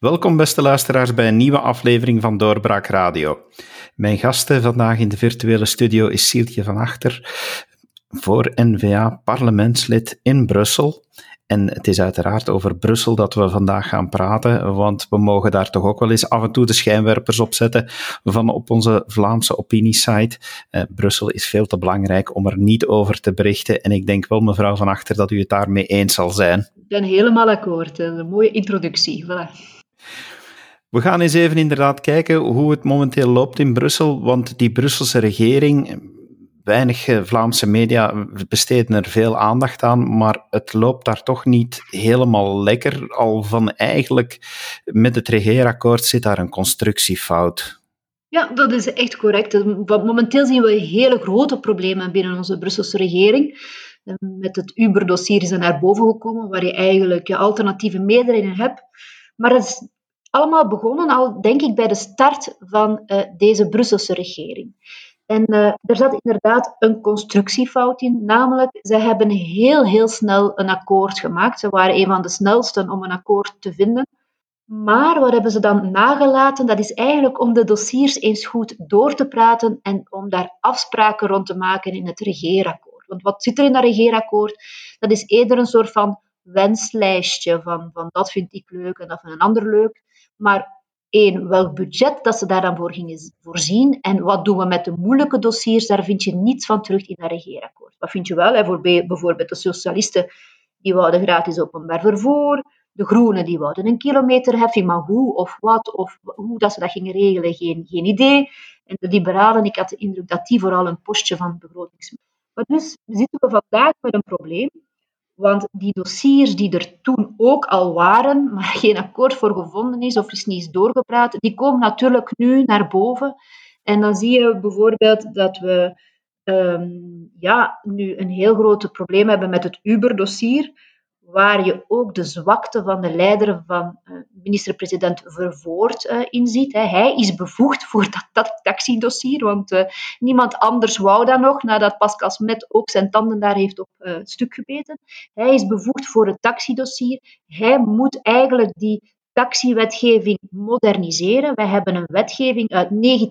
Welkom beste luisteraars bij een nieuwe aflevering van Doorbraak Radio. Mijn gasten vandaag in de virtuele studio is Sieltje van Achter, voor N-VA parlementslid in Brussel. En het is uiteraard over Brussel dat we vandaag gaan praten, want we mogen daar toch ook wel eens af en toe de schijnwerpers op zetten van op onze Vlaamse opiniesite. Brussel is veel te belangrijk om er niet over te berichten en ik denk wel, mevrouw Van Achter, dat u het daarmee eens zal zijn. Ik ben helemaal akkoord. Een mooie introductie. Voilà. We gaan eens even inderdaad kijken hoe het momenteel loopt in Brussel, want die Brusselse regering, weinig Vlaamse media besteden er veel aandacht aan, maar het loopt daar toch niet helemaal lekker. Al van eigenlijk met het regeerakkoord zit daar een constructiefout. Ja, dat is echt correct. Momenteel zien we hele grote problemen binnen onze Brusselse regering. Met het Uber-dossier is er naar boven gekomen, waar je eigenlijk alternatieve meerderheden hebt. Maar het is allemaal begonnen al, denk ik, bij de start van deze Brusselse regering. En er zat inderdaad een constructiefout in, namelijk ze hebben heel snel een akkoord gemaakt. Ze waren een van de snelsten om een akkoord te vinden. Maar wat hebben ze dan nagelaten? Dat is eigenlijk om de dossiers eens goed door te praten en om daar afspraken rond te maken in het regeerakkoord. Want wat zit er in dat regeerakkoord? Dat is eerder een soort van wenslijstje van dat vind ik leuk en dat vind een ander leuk. Maar welk budget dat ze daar dan voor gingen voorzien en wat doen we met de moeilijke dossiers, daar vind je niets van terug in dat regeerakkoord. Wat vind je wel? Voor bijvoorbeeld de socialisten, die wouden gratis openbaar vervoer. De Groenen die wouden een kilometerheffing, maar hoe of wat of hoe dat ze dat gingen regelen, geen idee. En de liberalen, ik had de indruk dat die vooral een postje van begrotingsmiddelen. Maar dus zitten we vandaag met een probleem, want die dossiers die er toen ook al waren, maar geen akkoord voor gevonden is of is niet eens doorgepraat, die komen natuurlijk nu naar boven. En dan zie je bijvoorbeeld dat we nu een heel groot probleem hebben met het Uber-dossier, waar je ook de zwakte van de leider van minister-president Vervoort in ziet. Hij is bevoegd voor dat taxidossier, want niemand anders wou dat nog, nadat Pascal Smet ook zijn tanden daar heeft op stuk gebeten. Hij is bevoegd voor het taxidossier. Hij moet eigenlijk die taxiwetgeving moderniseren. Wij hebben een wetgeving uit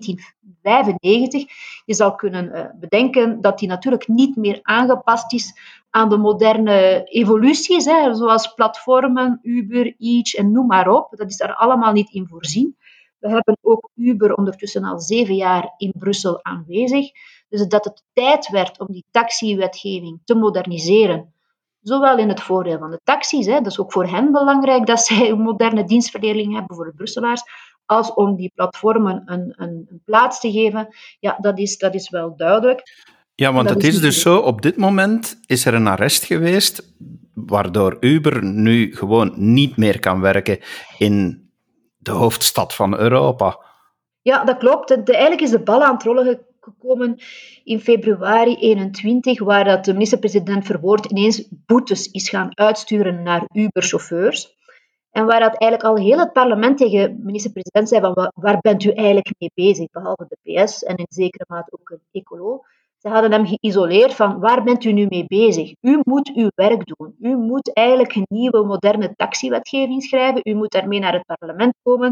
1995. Je zal kunnen bedenken dat die natuurlijk niet meer aangepast is aan de moderne evoluties, zoals platformen, Uber, Eats en noem maar op. Dat is daar allemaal niet in voorzien. We hebben ook Uber ondertussen al 7 jaar in Brussel aanwezig. Dus dat het tijd werd om die taxiwetgeving te moderniseren, zowel in het voordeel van de taxis, dat is ook voor hen belangrijk dat zij een moderne dienstverlening hebben voor de Brusselaars, als om die platformen een plaats te geven. Ja, dat is wel duidelijk. Ja, want het is dus zo, op dit moment is er een arrest geweest, waardoor Uber nu gewoon niet meer kan werken in de hoofdstad van Europa. Ja, dat klopt. Eigenlijk is de bal aan het rollen gekomen in februari 2021, waar dat de minister-president Verwoerd ineens boetes is gaan uitsturen naar Uber-chauffeurs. En waar dat eigenlijk al heel het parlement tegen minister-president zei van waar bent u eigenlijk mee bezig, behalve de PS en in zekere mate ook een ecolo. Ze hadden hem geïsoleerd van waar bent u nu mee bezig? U moet uw werk doen. U moet eigenlijk een nieuwe moderne taxiwetgeving schrijven. U moet daarmee naar het parlement komen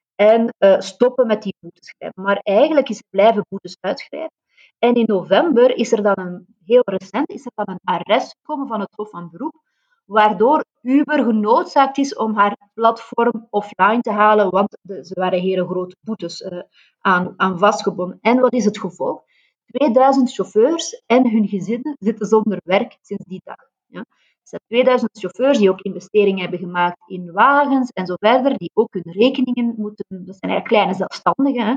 en stoppen met die boetes schrijven. Maar eigenlijk is het blijven boetes uitschrijven. En in november is er dan heel recent een arrest gekomen van het Hof van Beroep, waardoor Uber genoodzaakt is om haar platform offline te halen, want ze waren hele grote boetes aan vastgebonden. En wat is het gevolg? 2000 chauffeurs en hun gezinnen zitten zonder werk sinds die dag. Ja. Er zijn 2000 chauffeurs die ook investeringen hebben gemaakt in wagens en zo verder, die ook hun rekeningen moeten, dat zijn eigenlijk kleine zelfstandigen,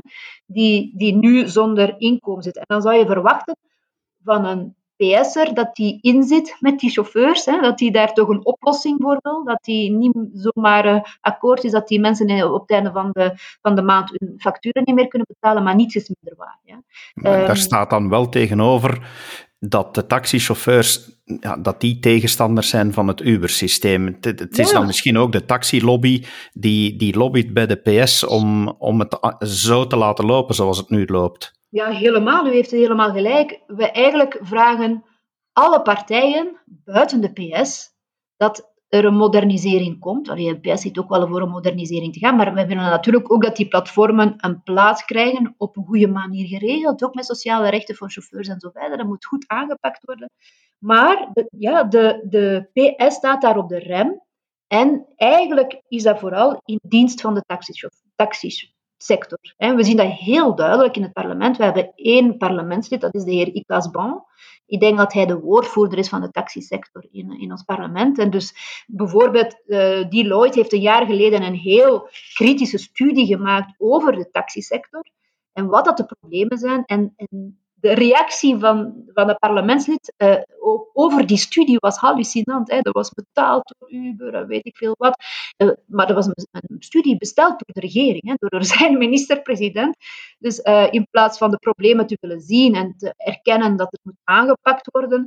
die nu zonder inkomen zitten. En dan zou je verwachten van een PS'er dat die inzit met die chauffeurs, dat die daar toch een oplossing voor wil, dat die niet zomaar akkoord is dat die mensen op het einde van de maand hun facturen niet meer kunnen betalen, maar niets is minder waar. Ja. Maar daar staat dan wel tegenover dat de taxichauffeurs dat die tegenstanders zijn van het Uber-systeem. Het is dan misschien ook de taxilobby die lobbyt bij de PS om het zo te laten lopen zoals het nu loopt. Ja, helemaal. U heeft het helemaal gelijk. We eigenlijk vragen alle partijen buiten de PS dat er een modernisering komt. De PS zit ook wel voor een modernisering te gaan, maar we willen natuurlijk ook dat die platformen een plaats krijgen, op een goede manier geregeld, ook met sociale rechten voor chauffeurs en zo verder. Dat moet goed aangepakt worden. Maar de PS staat daar op de rem. En eigenlijk is dat vooral in dienst van de taxisector. We zien dat heel duidelijk in het parlement. We hebben 1 parlementslid, dat is de heer Icas Ban. Ik denk dat hij de woordvoerder is van de taxisector in ons parlement. En dus bijvoorbeeld Deloitte heeft een jaar geleden een heel kritische studie gemaakt over de taxisector en wat dat de problemen zijn. En de reactie van het parlementslid over die studie was hallucinant. Dat was betaald door Uber en weet ik veel wat. Maar dat was een studie besteld door de regering, door zijn minister-president. Dus in plaats van de problemen te willen zien en te erkennen dat het moet aangepakt worden,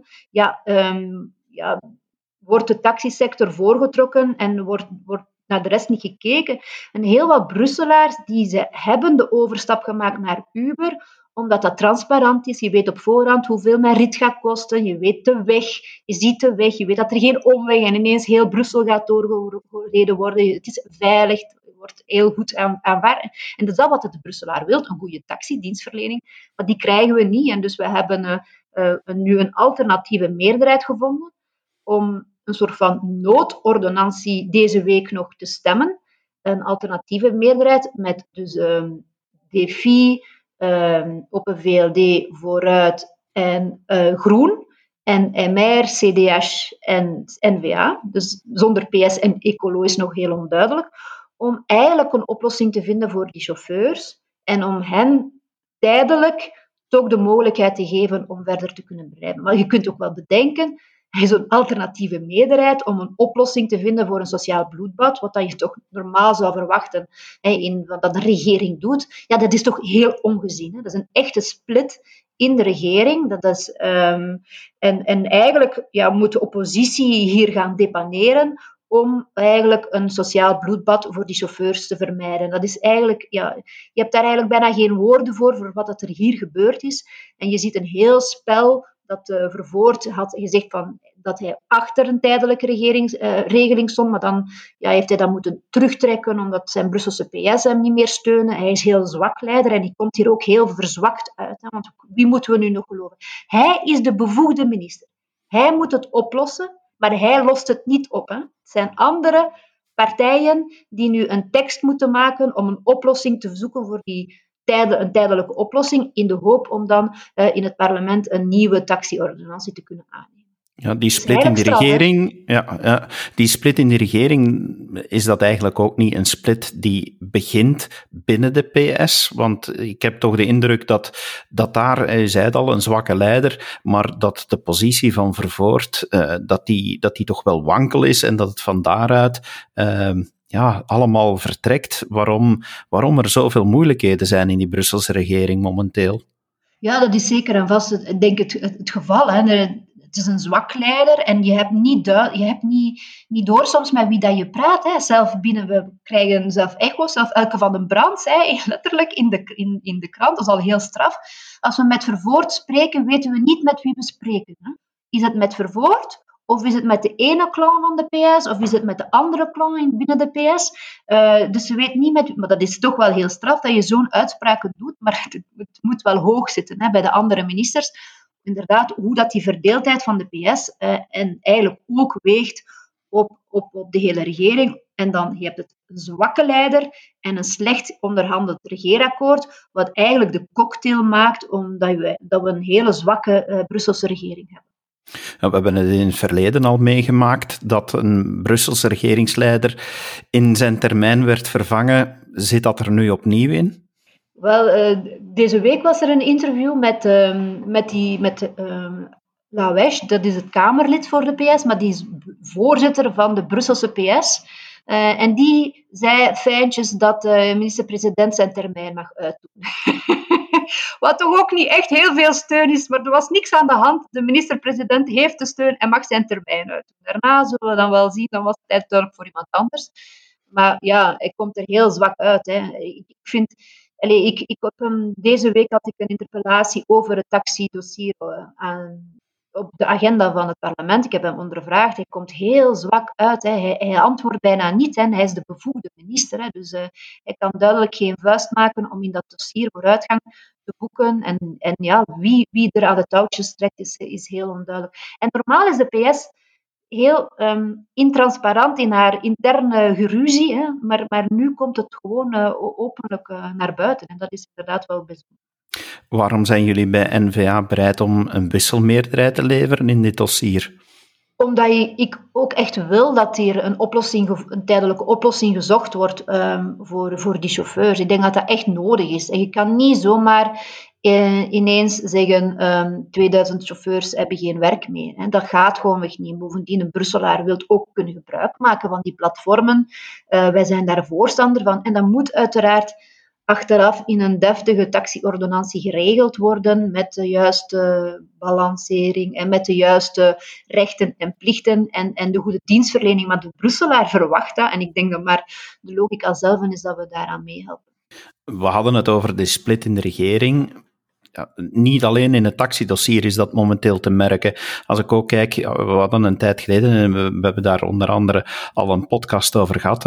wordt de taxisector voorgetrokken en wordt naar de rest niet gekeken. En heel wat Brusselaars ze hebben de overstap gemaakt naar Uber, omdat dat transparant is. Je weet op voorhand hoeveel mijn rit gaat kosten. Je weet de weg. Je ziet de weg. Je weet dat er geen omweg en ineens heel Brussel gaat doorgereden worden. Het is veilig. Het wordt heel goed aanvaard. En dat is dat wat de Brusselaar wil. Een goede taxidienstverlening. Maar die krijgen we niet. En dus we hebben nu een alternatieve meerderheid gevonden om een soort van noodordonnantie deze week nog te stemmen. Een alternatieve meerderheid met dus DEFI, Open VLD, Vooruit en Groen. En MR, CDH en N-VA. Dus zonder PS en Ecolo is nog heel onduidelijk. Om eigenlijk een oplossing te vinden voor die chauffeurs. En om hen tijdelijk toch de mogelijkheid te geven om verder te kunnen bedrijven. Maar je kunt ook wel bedenken, er is een alternatieve meerderheid om een oplossing te vinden voor een sociaal bloedbad, wat dat je toch normaal zou verwachten wat de regering doet. Ja, dat is toch heel ongezien. Dat is een echte split in de regering. Dat is, en eigenlijk moet de oppositie hier gaan depaneren om eigenlijk een sociaal bloedbad voor die chauffeurs te vermijden. Dat is eigenlijk, je hebt daar eigenlijk bijna geen woorden voor wat er hier gebeurd is. En je ziet een heel spel dat Vervoort had gezegd dat hij achter een tijdelijke regeling stond, maar dan heeft hij dat moeten terugtrekken omdat zijn Brusselse PS hem niet meer steunen. Hij is heel zwak leider en die komt hier ook heel verzwakt uit. Want wie moeten we nu nog geloven? Hij is de bevoegde minister. Hij moet het oplossen, maar hij lost het niet op. Het zijn andere partijen die nu een tekst moeten maken om een oplossing te zoeken voor een tijdelijke oplossing, in de hoop om dan in het parlement een nieuwe taxiordonnantie te kunnen aannemen. Ja, die split in de regering, die split in de regering, is dat eigenlijk ook niet een split die begint binnen de PS? Want ik heb toch de indruk dat daar, hij zei het al, een zwakke leider, maar dat de positie van Vervoort, dat die toch wel wankel is en dat het van daaruit allemaal vertrekt. Waarom er zoveel moeilijkheden zijn in die Brusselse regering momenteel? Ja, dat is zeker en vast, ik denk het geval. Het is een zwak leider en je hebt niet door soms met wie dat je praat. We krijgen zelf echo's, zelf Elke van den Brandt, letterlijk in de krant, dat is al heel straf. Als we met Vervoort spreken, weten we niet met wie we spreken. Is het met Vervoort? Of is het met de ene clan van de PS? Of is het met de andere clan binnen de PS? Dus ze weet niet maar dat is toch wel heel straf dat je zo'n uitspraken doet. Maar het moet wel hoog zitten bij de andere ministers. Inderdaad, hoe dat die verdeeldheid van de PS en eigenlijk ook weegt op de hele regering. En dan je hebt het een zwakke leider en een slecht onderhandeld regeerakkoord, wat eigenlijk de cocktail maakt omdat we een hele zwakke Brusselse regering hebben. We hebben het in het verleden al meegemaakt dat een Brusselse regeringsleider in zijn termijn werd vervangen. Zit dat er nu opnieuw in? Wel, deze week was er een interview met Lawesh, dat is het Kamerlid voor de PS, maar die is voorzitter van de Brusselse PS. En die zei fijntjes dat de minister-president zijn termijn mag uitdoen. Wat toch ook niet echt heel veel steun is, maar er was niks aan de hand. De minister-president heeft de steun en mag zijn termijn uitdoen. Daarna zullen we dan wel zien, dan was het tijd duidelijk voor iemand anders. Maar ja, hij komt er heel zwak uit. Deze week had ik een interpellatie over het taxidossier op de agenda van het parlement. Ik heb hem ondervraagd. Hij komt heel zwak uit. Hè. Hij antwoordt bijna niet. Hè. Hij is de bevoegde minister. Hè. Dus hij kan duidelijk geen vuist maken om in dat dossier vooruitgang te boeken. En ja, wie er aan de touwtjes trekt, is heel onduidelijk. En normaal is de PS heel intransparant in haar interne geruzie, hè, maar nu komt het gewoon openlijk naar buiten. En dat is inderdaad wel bijzonder. Waarom zijn jullie bij N-VA bereid om een wisselmeerderheid te leveren in dit dossier? Omdat ik ook echt wil dat hier een tijdelijke oplossing gezocht wordt voor die chauffeurs. Ik denk dat dat echt nodig is. En je kan niet zomaar ineens zeggen 2000 chauffeurs hebben geen werk meer. Hè. Dat gaat gewoonweg niet. Bovendien, een Brusselaar wil ook kunnen gebruik maken van die platformen. Wij zijn daar voorstander van. En dat moet uiteraard achteraf in een deftige taxiordonnantie geregeld worden met de juiste balancering en met de juiste rechten en plichten en de goede dienstverlening. Maar de Brusselaar verwacht dat en ik denk dat maar de logica zelf is dat we daaraan meehelpen. We hadden het over de split in de regering. Ja, niet alleen in het taxidossier is dat momenteel te merken. Als ik ook kijk, we hadden een tijd geleden, en we hebben daar onder andere al een podcast over gehad,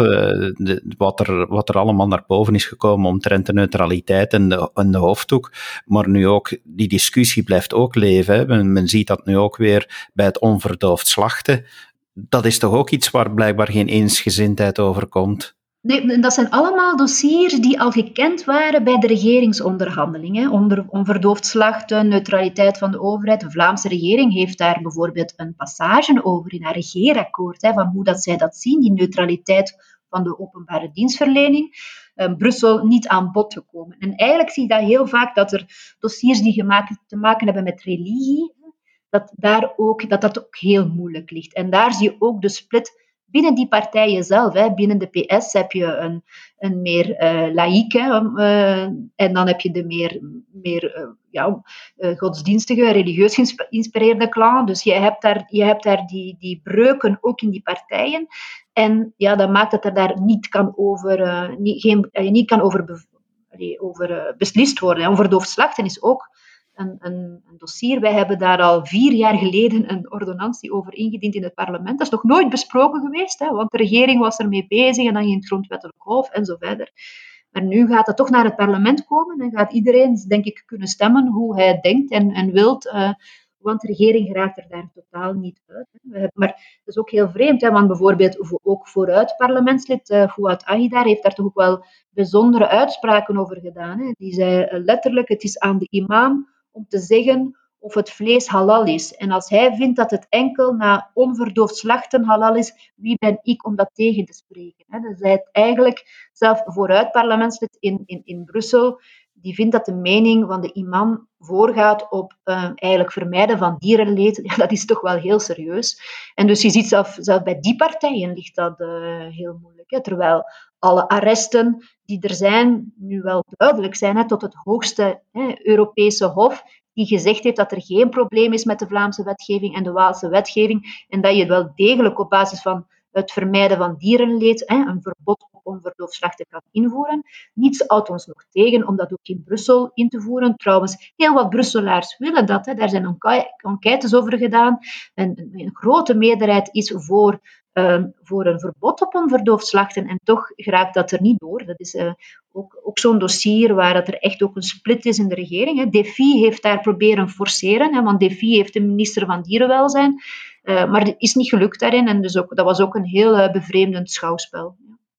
wat er allemaal naar boven is gekomen omtrent de neutraliteit en de hoofddoek. Maar nu ook, die discussie blijft ook leven. Hè. Men ziet dat nu ook weer bij het onverdoofd slachten. Dat is toch ook iets waar blijkbaar geen eensgezindheid over komt? Nee, dat zijn allemaal dossiers die al gekend waren bij de regeringsonderhandelingen. Onverdoofd slachten, neutraliteit van de overheid. De Vlaamse regering heeft daar bijvoorbeeld een passage over in haar regeerakkoord, van hoe dat zij dat zien, die neutraliteit van de openbare dienstverlening. Brussel niet aan bod gekomen. En eigenlijk zie je dat heel vaak, dat er dossiers die te maken hebben met religie, dat ook heel moeilijk ligt. En daar zie je ook de split binnen die partijen zelf. Hè. Binnen de PS heb je een meer laïeke en dan heb je de meer godsdienstige, religieus geïnspireerde clan. Dus je hebt daar die breuken ook in die partijen. En ja, dat maakt dat er daar niet kan over beslist worden. Onverdoofd slachten is ook een dossier. Wij hebben daar al 4 jaar geleden een ordonnantie over ingediend in het parlement. Dat is nog nooit besproken geweest, want de regering was ermee bezig en dan ging het grondwettelijk hof en zo verder. Maar nu gaat het toch naar het parlement komen en gaat iedereen, denk ik, kunnen stemmen hoe hij denkt en wilt, want de regering raakt er daar totaal niet uit. Maar dat is ook heel vreemd, want bijvoorbeeld ook vooruit parlementslid Fouad Ahidar heeft daar toch ook wel bijzondere uitspraken over gedaan. Die zei letterlijk, het is aan de imam om te zeggen of het vlees halal is. En als hij vindt dat het enkel na onverdoofd slachten halal is, wie ben ik om dat tegen te spreken? Dus hij eigenlijk zelf vooruit parlementslid in Brussel, die vindt dat de mening van de imam voorgaat op eigenlijk vermijden van dierenleed. Ja, dat is toch wel heel serieus. En dus je ziet zelf bij die partijen ligt dat heel moeilijk. Terwijl alle arresten die er zijn, nu wel duidelijk zijn, tot het hoogste Europese hof, die gezegd heeft dat er geen probleem is met de Vlaamse wetgeving en de Waalse wetgeving, en dat je wel degelijk op basis van het vermijden van dierenleed een verbod op onverdoofd slachten kan invoeren. Niets houdt ons nog tegen om dat ook in Brussel in te voeren. Trouwens, heel wat Brusselaars willen dat. Daar zijn enquêtes over gedaan. En een grote meerderheid is voor een verbod op onverdoofd slachten. En toch geraakt dat er niet door. Dat is ook zo'n dossier waar dat er echt ook een split is in de regering. Defi heeft daar proberen forceren, want Defi heeft de minister van Dierenwelzijn. Maar het is niet gelukt daarin. En dus dat was ook een heel bevreemdend schouwspel.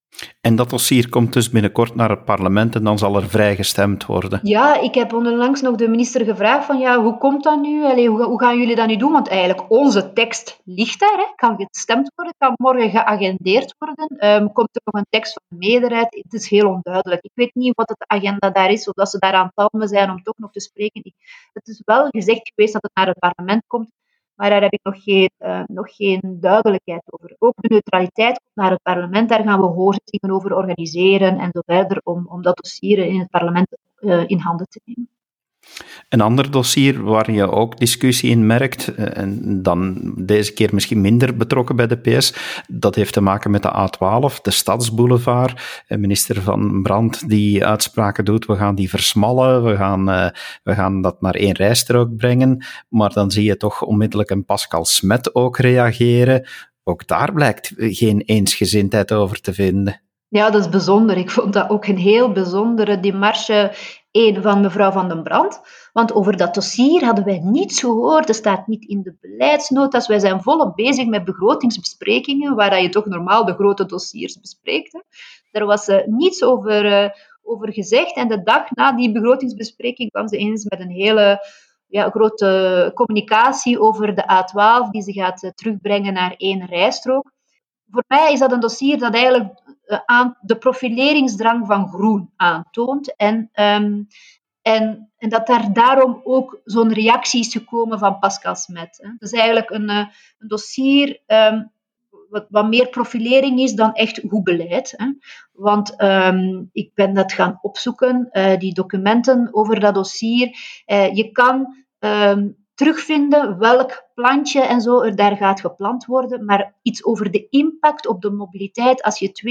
En dat dossier komt dus binnenkort naar het parlement en dan zal er vrij gestemd worden. Ja, ik heb onlangs nog de minister gevraagd van hoe komt dat nu? Hoe gaan jullie dat nu doen? Want eigenlijk onze tekst ligt daar, kan gestemd worden, kan morgen geagendeerd worden. Komt er nog een tekst van de meerderheid? Het is heel onduidelijk. Ik weet niet wat het agenda daar is, of dat ze daar aan talmen zijn om toch nog te spreken. Het is wel gezegd geweest dat het naar het parlement komt, maar daar heb ik nog geen duidelijkheid over. Ook de neutraliteit komt naar het parlement, daar gaan we hoorzittingen over organiseren en zo verder, om dat dossier in het parlement in handen te nemen. Een ander dossier waar je ook discussie in merkt, en dan deze keer misschien minder betrokken bij de PS, dat heeft te maken met de A12, de Stadsboulevard. Minister Van Brandt die uitspraken doet, we gaan die versmallen, we gaan dat naar 1 rijstrook brengen, maar dan zie je toch onmiddellijk een Pascal Smet ook reageren. Ook daar blijkt geen eensgezindheid over te vinden. Ja, dat is bijzonder. Ik vond dat ook een heel bijzondere démarche van mevrouw Van den Brandt. Want over dat dossier hadden wij niets gehoord. Dat staat niet in de beleidsnota's. Wij zijn volop bezig met begrotingsbesprekingen, waar je toch normaal de grote dossiers bespreekt. Hè. Daar was niets over gezegd. En de dag na die begrotingsbespreking kwam ze eens met een hele grote communicatie over de A12, die ze gaat terugbrengen naar 1 rijstrook. Voor mij is dat een dossier dat eigenlijk aan de profileringsdrang van groen aantoont. En dat daar daarom ook zo'n reactie is gekomen van Pascal Smet. Het is eigenlijk een dossier wat meer profilering is dan echt goed beleid. Want ik ben dat gaan opzoeken, die documenten over dat dossier. Je kan terugvinden welk plantje en zo er daar gaat geplant worden, maar iets over de impact op de mobiliteit als je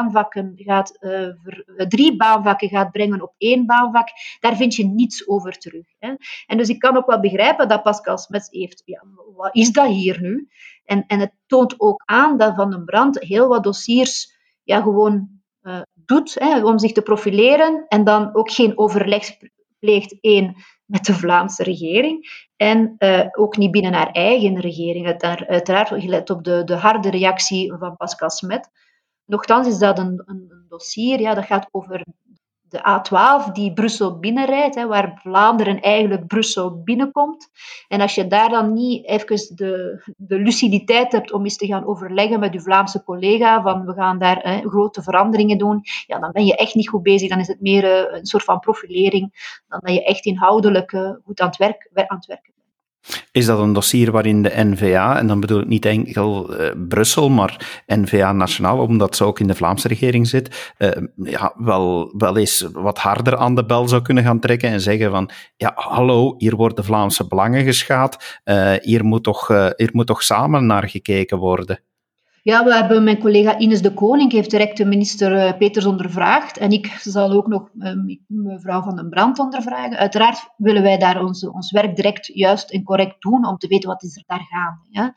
3 baanvakken gaat brengen op 1 baanvak, daar vind je niets over terug. Hè. En dus ik kan ook wel begrijpen dat Pascal Smet heeft, wat is dat hier nu? En het toont ook aan dat Van den Brandt heel wat dossiers gewoon doet om zich te profileren en dan ook geen overleg pleegt, met de Vlaamse regering en ook niet binnen haar eigen regering. Uiteraard gelet op de harde reactie van Pascal Smet. Nochtans is dat een dossier, dat gaat over de A12 die Brussel binnenrijdt, waar Vlaanderen eigenlijk Brussel binnenkomt. En als je daar dan niet even de luciditeit hebt om eens te gaan overleggen met je Vlaamse collega van we gaan daar grote veranderingen doen, dan ben je echt niet goed bezig. Dan is het meer een soort van profilering dan dat je echt inhoudelijk goed aan het werken bent. Is dat een dossier waarin de N-VA, en dan bedoel ik niet enkel Brussel, maar N-VA nationaal, omdat ze ook in de Vlaamse regering zit, wel eens wat harder aan de bel zou kunnen gaan trekken en zeggen van, hallo, hier worden Vlaamse belangen geschaad, hier moet toch samen naar gekeken worden? Ja, we hebben mijn collega Ines de Koning heeft direct de minister Peters ondervraagd en ik zal ook nog mevrouw Van den Brandt ondervragen. Uiteraard willen wij daar ons werk direct juist en correct doen om te weten wat is er daar gaande. Ja?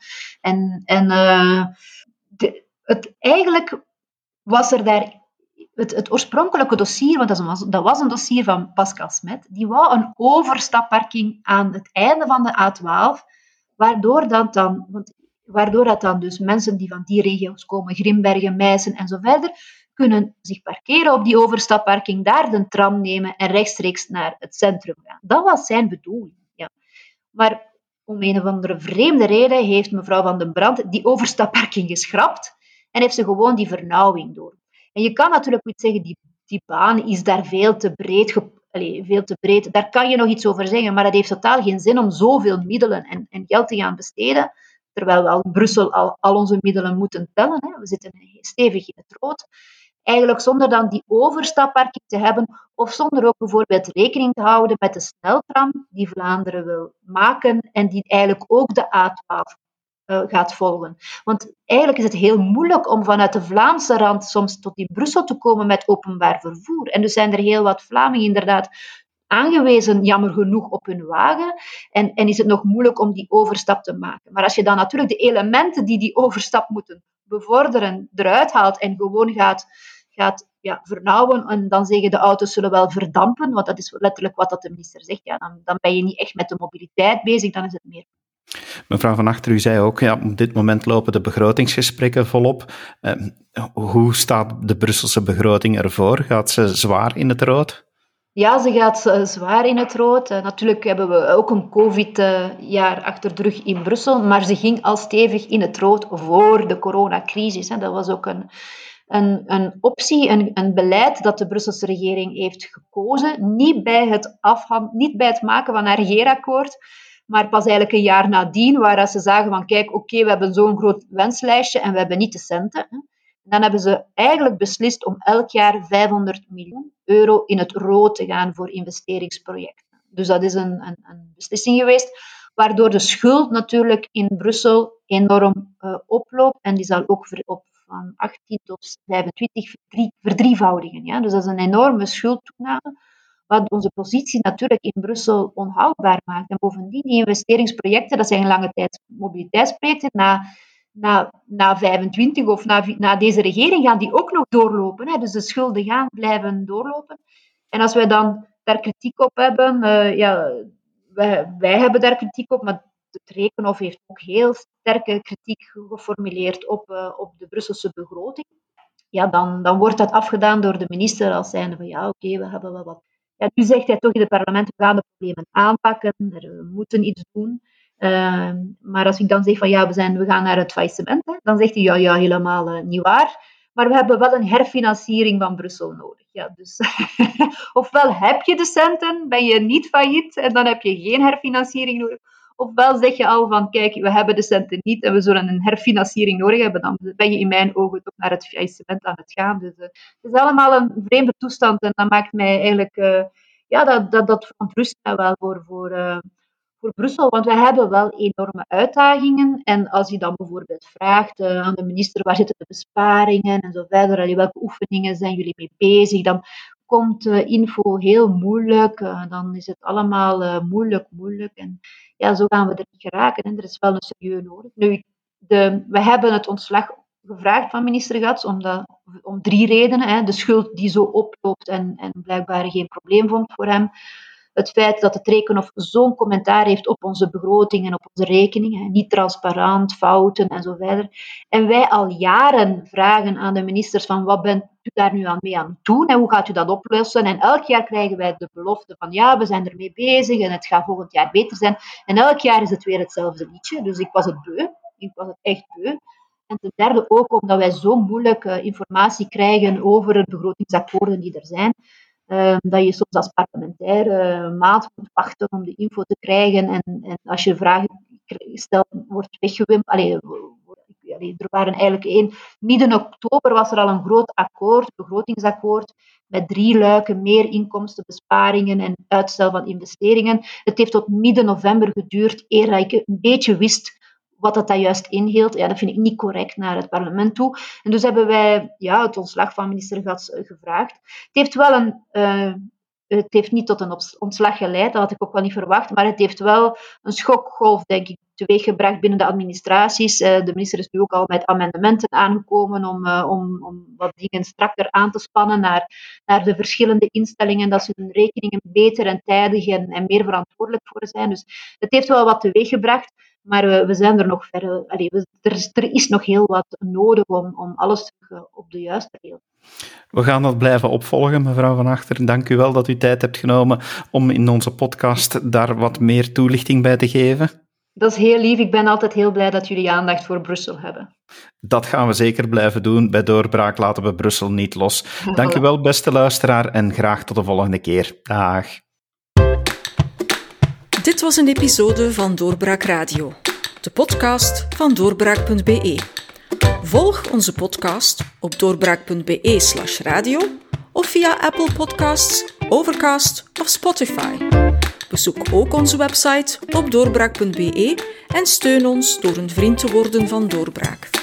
Eigenlijk was er daar het oorspronkelijke dossier, want dat was een dossier van Pascal Smet, die wou een overstapparking aan het einde van de A12, waardoor dat dan dus mensen die van die regio's komen, Grimbergen, Meissen en zo verder, kunnen zich parkeren op die overstapparking, daar de tram nemen en rechtstreeks naar het centrum gaan. Dat was zijn bedoeling. Ja. Maar om een of andere vreemde reden heeft mevrouw Van den Brandt die overstapparking geschrapt en heeft ze gewoon die vernauwing door. En je kan natuurlijk goed zeggen, die baan is daar veel te breed. Daar kan je nog iets over zeggen, maar het heeft totaal geen zin om zoveel middelen en geld te gaan besteden, terwijl we al in Brussel al onze middelen moeten tellen. Hè. We zitten stevig in het rood. Eigenlijk zonder dan die overstapparking te hebben, of zonder ook bijvoorbeeld rekening te houden met de sneltram die Vlaanderen wil maken en die eigenlijk ook de A12 gaat volgen. Want eigenlijk is het heel moeilijk om vanuit de Vlaamse rand soms tot in Brussel te komen met openbaar vervoer. En dus zijn er heel wat Vlamingen inderdaad aangewezen, jammer genoeg, op hun wagen. En is het nog moeilijk om die overstap te maken. Maar als je dan natuurlijk de elementen die overstap moeten bevorderen, eruit haalt en gewoon gaat vernauwen en dan zeggen de auto's zullen wel verdampen, want dat is letterlijk wat dat de minister zegt, dan ben je niet echt met de mobiliteit bezig, dan is het meer. Mevrouw Van Achter, u zei ook, op dit moment lopen de begrotingsgesprekken volop. Hoe staat de Brusselse begroting ervoor? Gaat ze zwaar in het rood? Ja, ze gaat zwaar in het rood. Natuurlijk hebben we ook een COVID-jaar achter de rug in Brussel, maar ze ging al stevig in het rood voor de coronacrisis. Dat was ook een optie, een beleid dat de Brusselse regering heeft gekozen. Niet bij het maken van haar regeerakkoord, maar pas eigenlijk een jaar nadien, waar ze zagen van kijk, oké, we hebben zo'n groot wenslijstje en we hebben niet de centen. Dan hebben ze eigenlijk beslist om elk jaar 500 miljoen euro in het rood te gaan voor investeringsprojecten. Dus dat is een beslissing geweest, waardoor de schuld natuurlijk in Brussel enorm oploopt. En die zal ook van 18 tot 25 verdrievoudigen. Ja? Dus dat is een enorme schuldtoename, wat onze positie natuurlijk in Brussel onhoudbaar maakt. En bovendien, die investeringsprojecten, dat zijn lange tijd mobiliteitsprojecten, na 25 of na deze regering gaan die ook nog doorlopen. Hè? Dus de schulden gaan blijven doorlopen. En als wij dan daar kritiek op hebben, wij hebben daar kritiek op, maar het Rekenhof heeft ook heel sterke kritiek geformuleerd op de Brusselse begroting. Ja, dan wordt dat afgedaan door de minister als zijnde van oké, we hebben wel wat. Ja, nu zegt hij toch in het parlement, we gaan de problemen aanpakken, we moeten iets doen. Maar als ik dan zeg van we gaan naar het faillissement, dan zegt hij helemaal niet waar. Maar we hebben wel een herfinanciering van Brussel nodig. Ja, dus ofwel heb je de centen, ben je niet failliet en dan heb je geen herfinanciering nodig. Ofwel zeg je al van, kijk, we hebben de centen niet en we zullen een herfinanciering nodig hebben. Dan ben je in mijn ogen toch naar het faillissement aan het gaan. Dus het is allemaal een vreemde toestand en dat maakt mij eigenlijk... dat verontrust mij wel voor Brussel, want wij hebben wel enorme uitdagingen. En als je dan bijvoorbeeld vraagt aan de minister, waar zitten de besparingen en zo verder, welke oefeningen zijn jullie mee bezig, dan komt info heel moeilijk, dan is het allemaal moeilijk. En zo gaan we er niet geraken. En er is wel een serieus nodig. Nu, we hebben het ontslag gevraagd van minister Gats om 3 redenen. Hè. De schuld die zo oploopt en blijkbaar geen probleem vond voor hem. Het feit dat het Rekenhof zo'n commentaar heeft op onze begroting en op onze rekening, niet transparant, fouten en zo verder. En wij al jaren vragen aan de ministers van wat bent u daar nu mee aan het doen en hoe gaat u dat oplossen? En elk jaar krijgen wij de belofte van we zijn ermee bezig en het gaat volgend jaar beter zijn. En elk jaar is het weer hetzelfde liedje. Dus ik was het beu. Ik was het echt beu. En ten derde ook omdat wij zo moeilijk informatie krijgen over de begrotingsakkoorden die er zijn. Dat je soms als parlementair maand moet wachten om de info te krijgen. En als je vragen stelt, wordt weggewimpt. Er waren eigenlijk midden oktober was er al een groot akkoord, begrotingsakkoord, met 3 luiken, meer inkomsten, besparingen en uitstel van investeringen. Het heeft tot midden november geduurd eer ik een beetje wist wat dat juist inhield. Ja, dat vind ik niet correct naar het parlement toe. En dus hebben wij het ontslag van minister Gats gevraagd. Het heeft niet tot een ontslag geleid, dat had ik ook wel niet verwacht, maar het heeft wel een schokgolf, denk ik, teweeggebracht binnen de administraties. De minister is nu ook al met amendementen aangekomen om wat dingen strakker aan te spannen naar de verschillende instellingen, dat ze hun rekeningen beter en tijdig en meer verantwoordelijk voor zijn. Dus het heeft wel wat teweeggebracht. Maar we zijn er nog ver. Er is nog heel wat nodig om alles op de juiste rail. We gaan dat blijven opvolgen, mevrouw Van Achter. Dank u wel dat u tijd hebt genomen om in onze podcast daar wat meer toelichting bij te geven. Dat is heel lief. Ik ben altijd heel blij dat jullie aandacht voor Brussel hebben. Dat gaan we zeker blijven doen. Bij Doorbraak laten we Brussel niet los. Dank u wel, beste luisteraar, en graag tot de volgende keer. Dag. Dit was een episode van Doorbraak Radio, de podcast van doorbraak.be. Volg onze podcast op doorbraak.be/radio of via Apple Podcasts, Overcast of Spotify. Bezoek ook onze website op doorbraak.be en steun ons door een vriend te worden van Doorbraak.